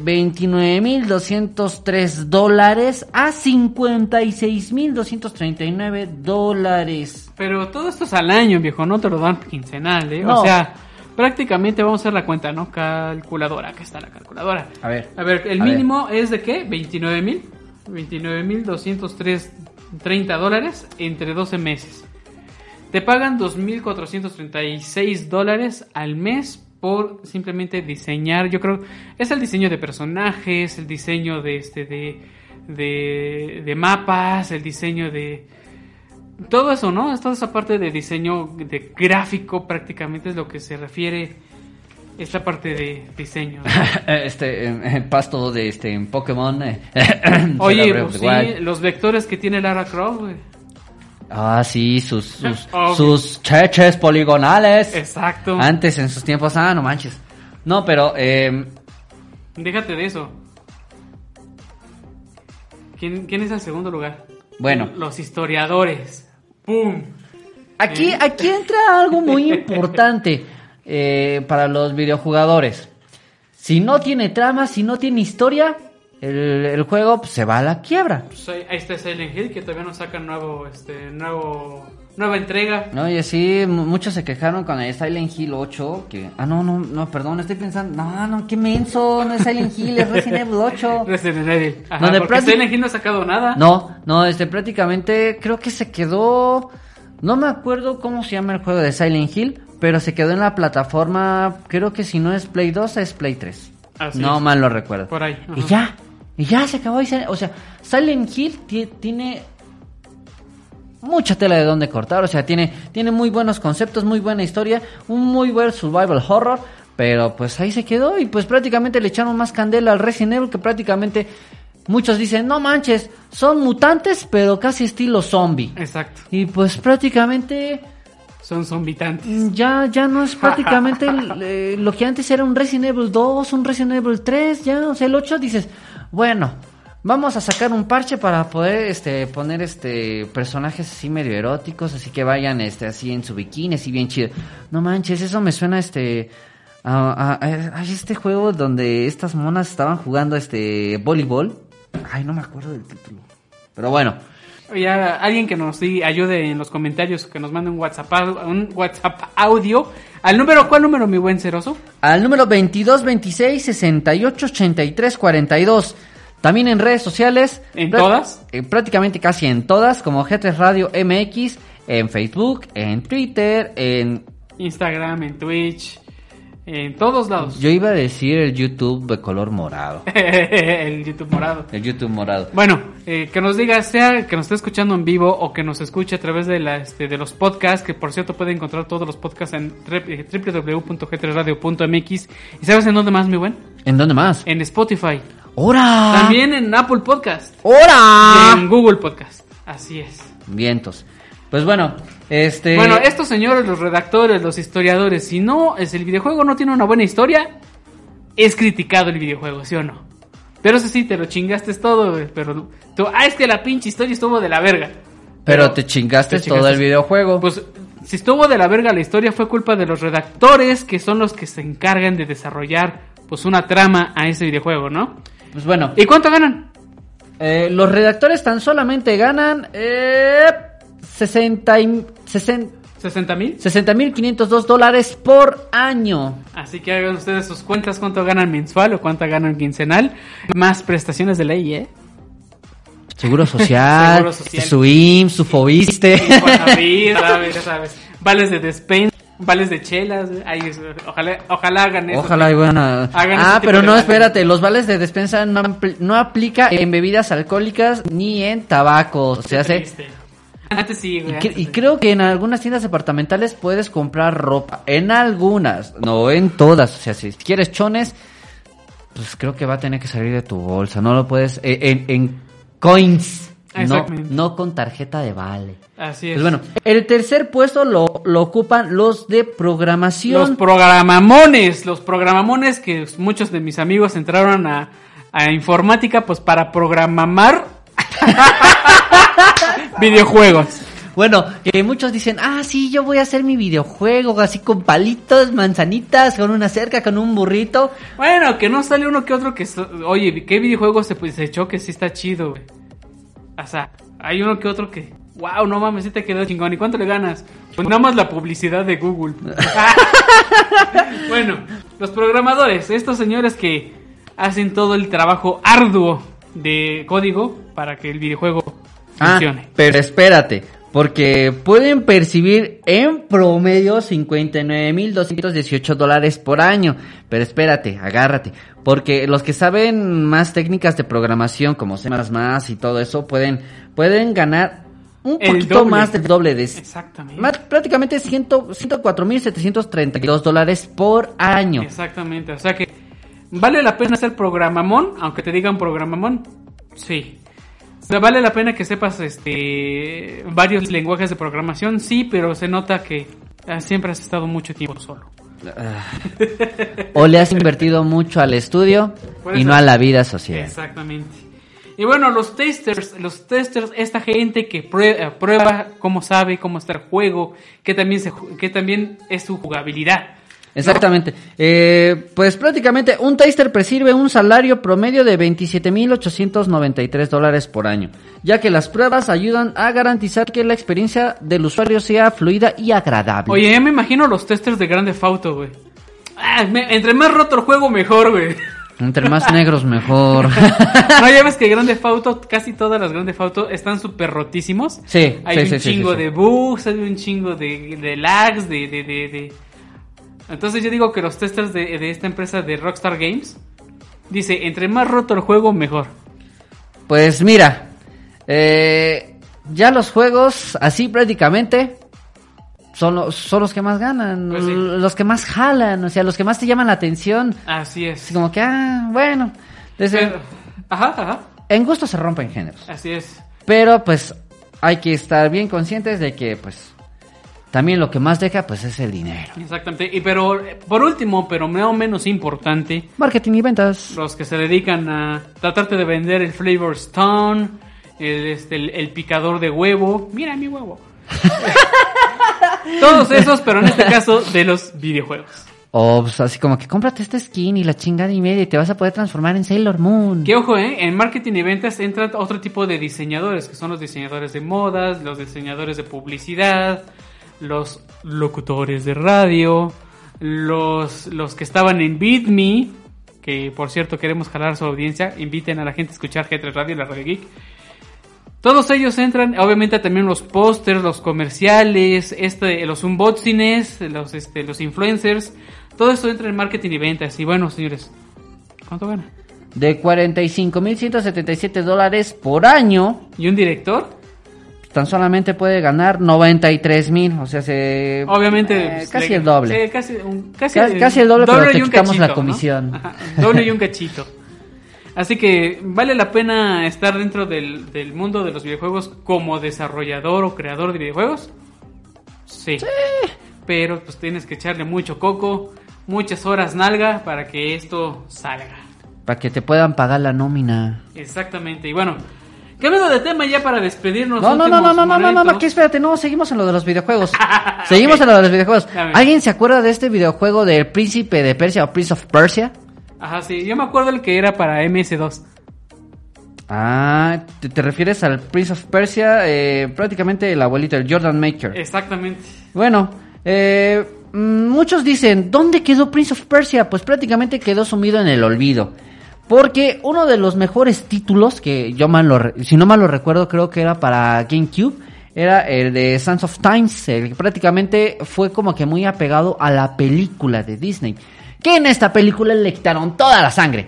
$29,203 a $56,239. Pero todo esto es al año, viejo, no te lo dan quincenal, ¿eh? No. O sea, prácticamente vamos a hacer la cuenta, ¿no? Calculadora, acá está la calculadora. A ver, el mínimo es de ¿qué? $29,230 entre 12 meses. Te pagan $2,436 al mes por simplemente diseñar. Yo creo es el diseño de personajes, el diseño de mapas, el diseño de todo eso, ¿no? Toda esa parte de diseño de gráfico prácticamente es lo que se refiere esta parte de diseño, ¿no? Pasto de en Pokémon. Oye, pues sí, los vectores que tiene Lara Croft, güey. Ah, sí, sus cheches poligonales. Exacto. Antes, en sus tiempos, no manches. No, pero... déjate de eso. ¿Quién es el segundo lugar? Bueno. Los historiadores. ¡Pum! Aquí entra algo muy importante para los videojugadores. Si no tiene trama, si no tiene historia, el juego pues, se va a la quiebra. Pues ahí está Silent Hill, que todavía no sacan nueva entrega. No, y así muchos se quejaron con el Silent Hill 8 que no, perdón, estoy pensando, no, qué menso, no es Silent Hill, es Resident Evil 8. Resident Evil. Ajá, porque Silent Hill no ha sacado nada. No, prácticamente creo que se quedó, no me acuerdo cómo se llama el juego de Silent Hill, pero se quedó en la plataforma, creo que si no es Play 2 es Play 3. Así no es. mal lo recuerdo. Por ahí. Ajá. Y ya se acabó. O sea, Silent Hill tiene mucha tela de donde cortar. O sea, tiene muy buenos conceptos, muy buena historia, un muy buen survival horror. Pero pues ahí se quedó y pues prácticamente le echaron más candela al Resident Evil, que prácticamente muchos dicen, no manches, son mutantes pero casi estilo zombie. Exacto. Y pues prácticamente... son zombitantes. Ya no es prácticamente lo que antes era un Resident Evil 2, un Resident Evil 3, ya, o sea, el 8 dices, bueno, vamos a sacar un parche para poder poner personajes así medio eróticos, así que vayan así en su bikini, así bien chido. No manches, eso me suena a este juego donde estas monas estaban jugando voleibol. Ay, no me acuerdo del título. Pero bueno, Ya, alguien que nos ayude en los comentarios, que nos mande un WhatsApp audio. ¿Cuál número, mi buen Ceroso? Al número 22 26 68 83 42. También en redes sociales. ¿En todas? Prácticamente casi en todas, como G3 Radio MX, en Facebook, en Twitter, en Instagram, en Twitch, en todos lados. Yo iba a decir el YouTube de color morado. El YouTube morado. El YouTube morado. Bueno, que nos diga, sea que nos esté escuchando en vivo o que nos escuche a través de de los podcasts, que por cierto puede encontrar todos los podcasts en www.g3radio.mx. ¿Y sabes en dónde más, mi buen? ¿En dónde más? En Spotify. ¡Hora! También en Apple Podcast. ¡Hora! Y en Google Podcast. Así es. Vientos. Pues bueno, Bueno, estos señores, los redactores, los historiadores, si no, el videojuego no tiene una buena historia, es criticado el videojuego, ¿sí o no? Pero eso sí, te lo chingaste todo, güey, pero tú, es que la pinche historia estuvo de la verga. Pero te chingaste todo el videojuego. Pues, si estuvo de la verga la historia, fue culpa de los redactores, que son los que se encargan de desarrollar, pues, una trama a ese videojuego, ¿no? Pues bueno. ¿Y cuánto ganan? Los redactores tan solamente ganan $60,502 por año. Así que hagan ustedes sus cuentas, cuánto ganan mensual o cuánto ganan quincenal, más prestaciones de ley, ¿eh? Seguro social, Seguro social. Su IMSS, su FOBISTE. Ya sabes. Vales de despensa, vales de chelas. Ahí, ojalá hagan eso. Ojalá, bueno. Hagan ese tipo pero de no, vales. espérate, los vales de despensa no aplica en bebidas alcohólicas ni en tabaco. O sea, Triste. Antes sí, güey. y creo que en algunas tiendas departamentales puedes comprar ropa. En algunas, no en todas. O sea, si quieres chones, pues creo que va a tener que salir de tu bolsa. No lo puedes en coins. No con tarjeta de vale. Así es. Pues bueno, el tercer puesto lo ocupan los de programación. Los programamones que muchos de mis amigos entraron a informática pues para programar videojuegos. Bueno, que muchos dicen, sí, yo voy a hacer mi videojuego así con palitos, manzanitas, con una cerca, con un burrito. Bueno, que no sale uno que otro que... Oye, ¿qué videojuego se echó que sí está chido, güey? O sea, hay uno que otro que... Wow, no mames, sí te quedó chingón. ¿Y cuánto le ganas? Pues nada más la publicidad de Google. Bueno, los programadores, estos señores que hacen todo el trabajo arduo de código para que el videojuego funcione. Pero espérate, porque pueden percibir en promedio $59,218 por año. Pero espérate, agárrate, porque los que saben más técnicas de programación como C++ y todo eso pueden ganar un poquito más del doble de exactamente. Prácticamente $104,732 por año. Exactamente, o sea que ¿vale la pena ser programamón? Aunque te digan programamón, sí. O sea, ¿vale la pena que sepas varios lenguajes de programación? Sí, pero se nota que siempre has estado mucho tiempo solo. O le has invertido mucho al estudio y no a la vida social. Exactamente. Y bueno, los testers, esta gente que prueba cómo sabe cómo está el juego, que también es su jugabilidad. Exactamente. Pues prácticamente un tester percibe un salario promedio de $27,893 por año, ya que las pruebas ayudan a garantizar que la experiencia del usuario sea fluida y agradable. Oye, ya me imagino los testers de Grand Theft Auto, güey. Entre más roto el juego, mejor, güey. Entre más negros, mejor. No, ya ves que Grand Theft Auto, casi todas las Grand Theft Auto están súper rotísimos. Sí. Hay un chingo de bugs, hay un chingo de lags, Entonces yo digo que los testers de esta empresa de Rockstar Games, dice, entre más roto el juego, mejor. Pues mira, ya los juegos así prácticamente son los que más ganan, Pues sí. los que más jalan, o sea, los que más te llaman la atención. Así es. Así como que, bueno. Ajá. En gusto se rompen géneros. Así es. Pero pues hay que estar bien conscientes de que pues también lo que más deja pues es el dinero. Exactamente. Y pero por último, pero no menos importante, Marketing y ventas. los que se dedican a tratarte de vender el Flavor Stone, el picador de huevo. Mira mi huevo. Todos esos, pero en este caso de los videojuegos. O pues, así como que cómprate este skin y la chingada y media y te vas a poder transformar en Sailor Moon. Que ojo, en marketing y ventas entra otro tipo de diseñadores, que son los diseñadores de modas, los diseñadores de publicidad, los locutores de radio, los que estaban en Beat Me, que por cierto queremos jalar a su audiencia, inviten a la gente a escuchar G3 Radio, la Radio Geek. Todos ellos entran, obviamente también los pósters, los comerciales, los unboxings, los influencers, todo eso entra en marketing y ventas. Y bueno, señores, ¿cuánto gana? De $45,177 por año. ¿Y un director? Tan solamente puede ganar 93,000, o sea, obviamente casi el doble. Sí, casi el doble, Casi el doble, pero te y un quitamos cachito, la comisión. ¿no? Ajá, doble y un cachito. Así que vale la pena estar dentro del mundo de los videojuegos como desarrollador o creador de videojuegos. Sí. Pero pues tienes que echarle mucho coco, muchas horas nalga para que esto salga. Para que te puedan pagar la nómina. Exactamente. Y bueno, cambiando de tema ya para despedirnos. No, aquí espérate, no, seguimos en lo de los videojuegos. Seguimos en lo de los videojuegos. Dame. ¿Alguien se acuerda de este videojuego del Príncipe de Persia o Prince of Persia? Ajá, sí, yo me acuerdo el que era para MS2. Ah, ¿te refieres al Prince of Persia? Prácticamente el abuelito, el Jordan Maker. Exactamente. Bueno, muchos dicen, ¿dónde quedó Prince of Persia? Pues prácticamente quedó sumido en el olvido. Porque uno de los mejores títulos, que yo si no mal lo recuerdo, creo que era para GameCube, era el de Sands of Times, el que prácticamente fue como que muy apegado a la película de Disney. Que en esta película le quitaron toda la sangre.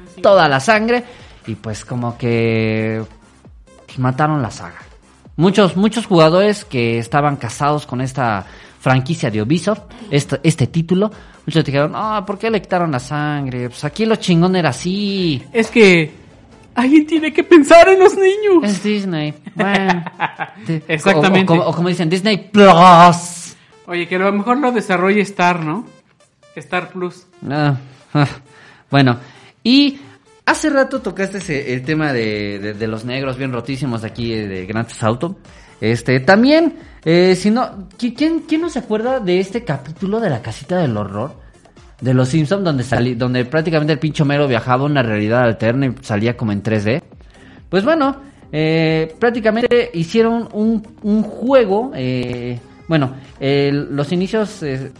Y pues como que pues, mataron la saga. Muchos jugadores que estaban casados con esta franquicia de Ubisoft, este título, muchos dijeron, ¿por qué le quitaron la sangre? Pues aquí lo chingón era así. Es que alguien tiene que pensar en los niños. Es Disney. Bueno. Exactamente. O como dicen, Disney Plus. Oye, que a lo mejor lo desarrolle Star, ¿no? Star Plus. Bueno, y hace rato tocaste el tema de los negros bien rotísimos de aquí de Grand Theft Auto. También, si no, ¿quién no se acuerda de este capítulo de la casita del horror? De los Simpsons, donde prácticamente el pinche Homero viajaba a una realidad alterna y salía como en 3D. Pues bueno, prácticamente hicieron un juego, los inicios...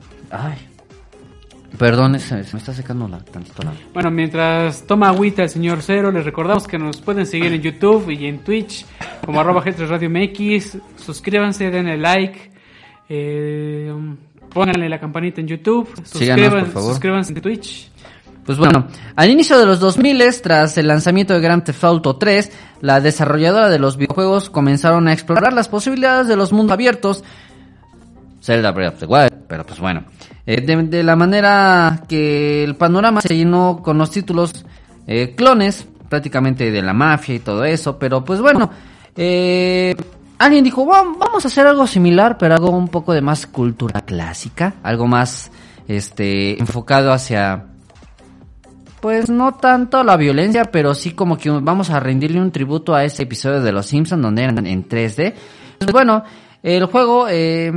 Perdón, se me está secando tantito la... Bueno, mientras toma agüita el señor Cero, les recordamos que nos pueden seguir en YouTube y en Twitch como @G3Radio MX. Suscríbanse, denle like, pónganle la campanita en YouTube, suscríbanse en Twitch. Pues bueno, al inicio de los 2000, tras el lanzamiento de Grand Theft Auto 3, la desarrolladora de los videojuegos comenzaron a explorar las posibilidades de los mundos abiertos. Zelda Breath of the Wild, pero pues bueno. De la manera que el panorama se llenó con los títulos clones, prácticamente de la mafia y todo eso, pero pues bueno, alguien dijo, vamos a hacer algo similar, pero algo un poco de más cultura clásica, algo más enfocado hacia, pues no tanto la violencia, pero sí como que vamos a rendirle un tributo a ese episodio de Los Simpsons donde eran en 3D. Pues bueno, el juego...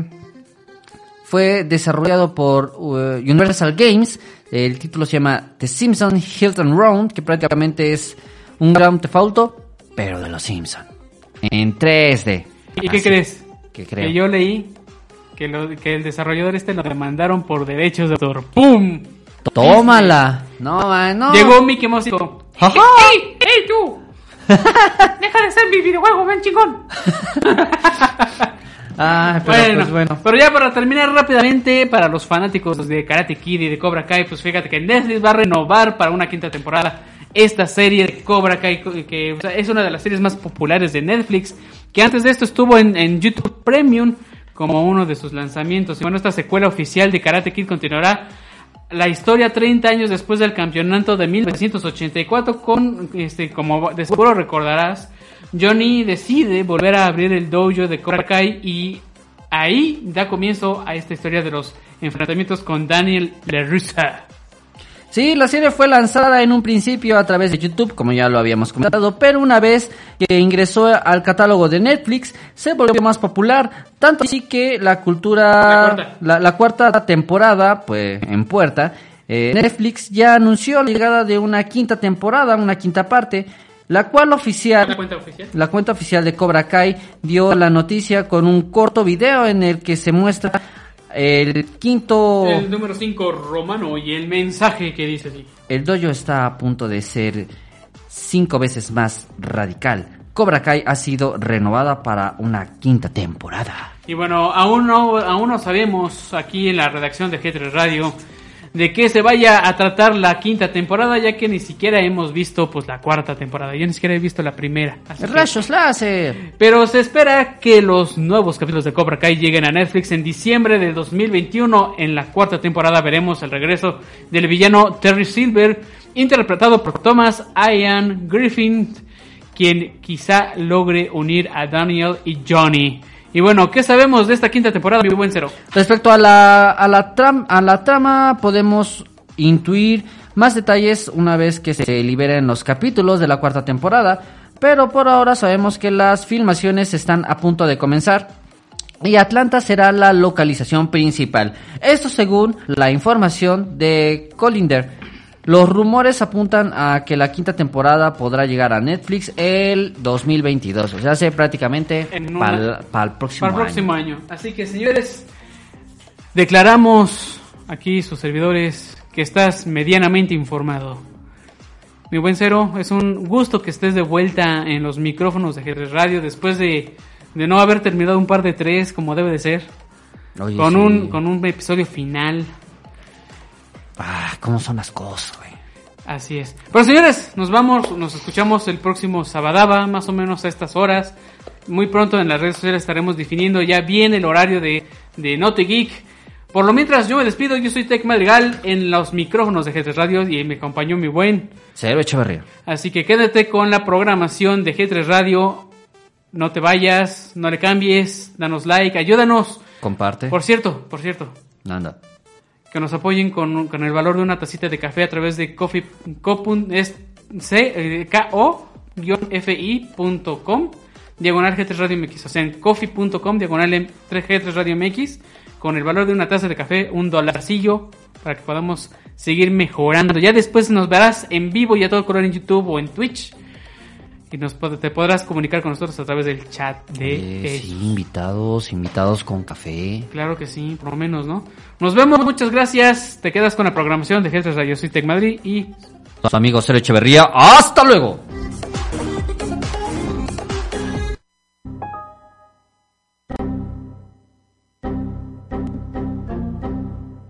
fue desarrollado por Universal Games. El título se llama The Simpsons Hit and Run, que prácticamente es un Grand Theft Auto, pero de los Simpsons, en 3D. ¿Y qué crees? ¿Qué creo? Que yo leí que el desarrollador lo demandaron por derechos de autor. ¡Pum! ¡Tómala! No. Llegó Mickey Mouse y dijo, ¡Ey, tú! ¡Deja de ser mi videojuego, ven chingón! Bueno, pero ya para terminar rápidamente, para los fanáticos de Karate Kid y de Cobra Kai, pues fíjate que Netflix va a renovar para una 5ª temporada esta serie de Cobra Kai, que o sea, es una de las series más populares de Netflix, que antes de esto estuvo en YouTube Premium como uno de sus lanzamientos. Y bueno, esta secuela oficial de Karate Kid continuará la historia 30 años después del campeonato de 1984 con, como de seguro recordarás, Johnny decide volver a abrir el dojo de Cobra Kai y ahí da comienzo a esta historia de los enfrentamientos con Daniel LaRusso. Sí, la serie fue lanzada en un principio a través de YouTube, como ya lo habíamos comentado, pero una vez que ingresó al catálogo de Netflix, se volvió más popular, tanto así que la cuarta temporada, pues, en puerta, Netflix ya anunció la llegada de una 5ª temporada, una 5ª parte, la cual la cuenta oficial de Cobra Kai dio la noticia con un corto video en el que se muestra el número 5 romano y el mensaje que dice así: el dojo está a punto de ser 5 veces más radical. Cobra Kai ha sido renovada para una 5ª temporada. Y bueno, aún no sabemos aquí en la redacción de G3 Radio de qué se vaya a tratar la 5ª temporada, ya que ni siquiera hemos visto pues la 4ª temporada. Yo ni siquiera he visto la primera. ¡Rayos láser! Pero se espera que los nuevos capítulos de Cobra Kai lleguen a Netflix en diciembre de 2021. En la 4ª temporada veremos el regreso del villano Terry Silver, interpretado por Thomas Ian Griffin, quien quizá logre unir a Daniel y Johnny. Y bueno, ¿qué sabemos de esta quinta temporada, mi buen Cero? Respecto a la trama, podemos intuir más detalles una vez que se liberen los capítulos de la cuarta temporada, pero por ahora sabemos que las filmaciones están a punto de comenzar y Atlanta será la localización principal. Esto según la información de Collider. Los rumores apuntan a que la quinta temporada podrá llegar a Netflix el 2022, o sea, hace prácticamente para el próximo año. Así que, señores, declaramos aquí sus servidores que estás medianamente informado. Mi buen Cero, es un gusto que estés de vuelta en los micrófonos de G3 Radio después de no haber terminado un par de 3 como debe de ser. Oye, con sí. un episodio final. ¿Cómo son las cosas, güey? Así es. Pero señores, nos escuchamos el próximo sabadaba, más o menos a estas horas. Muy pronto en las redes sociales estaremos definiendo ya bien el horario de Naughty Geek. Por lo mientras yo me despido, yo soy Tech Madrigal en los micrófonos de G3 Radio y me acompañó mi buen Cero Echeverría. Así que quédate con la programación de G3 Radio. No te vayas, no le cambies, danos like, ayúdanos. Comparte. Por cierto, Anda. que nos apoyen con el valor de una tacita de café a través de ko-fi.com diagonal G3 Radio MX, o sea en coffee.com diagonal G3 Radio MX, con el valor de una taza de café, $1 para que podamos seguir mejorando. Ya después nos verás en vivo y a todo color en YouTube o en Twitch y te podrás comunicar con nosotros a través del chat de sí, invitados con café. Claro que sí, por lo menos, ¿no? Nos vemos, muchas gracias. Te quedas con la programación de G3 Radio. Soy Tech Madrid y Los amigos Cero Echeverría. ¡Hasta luego!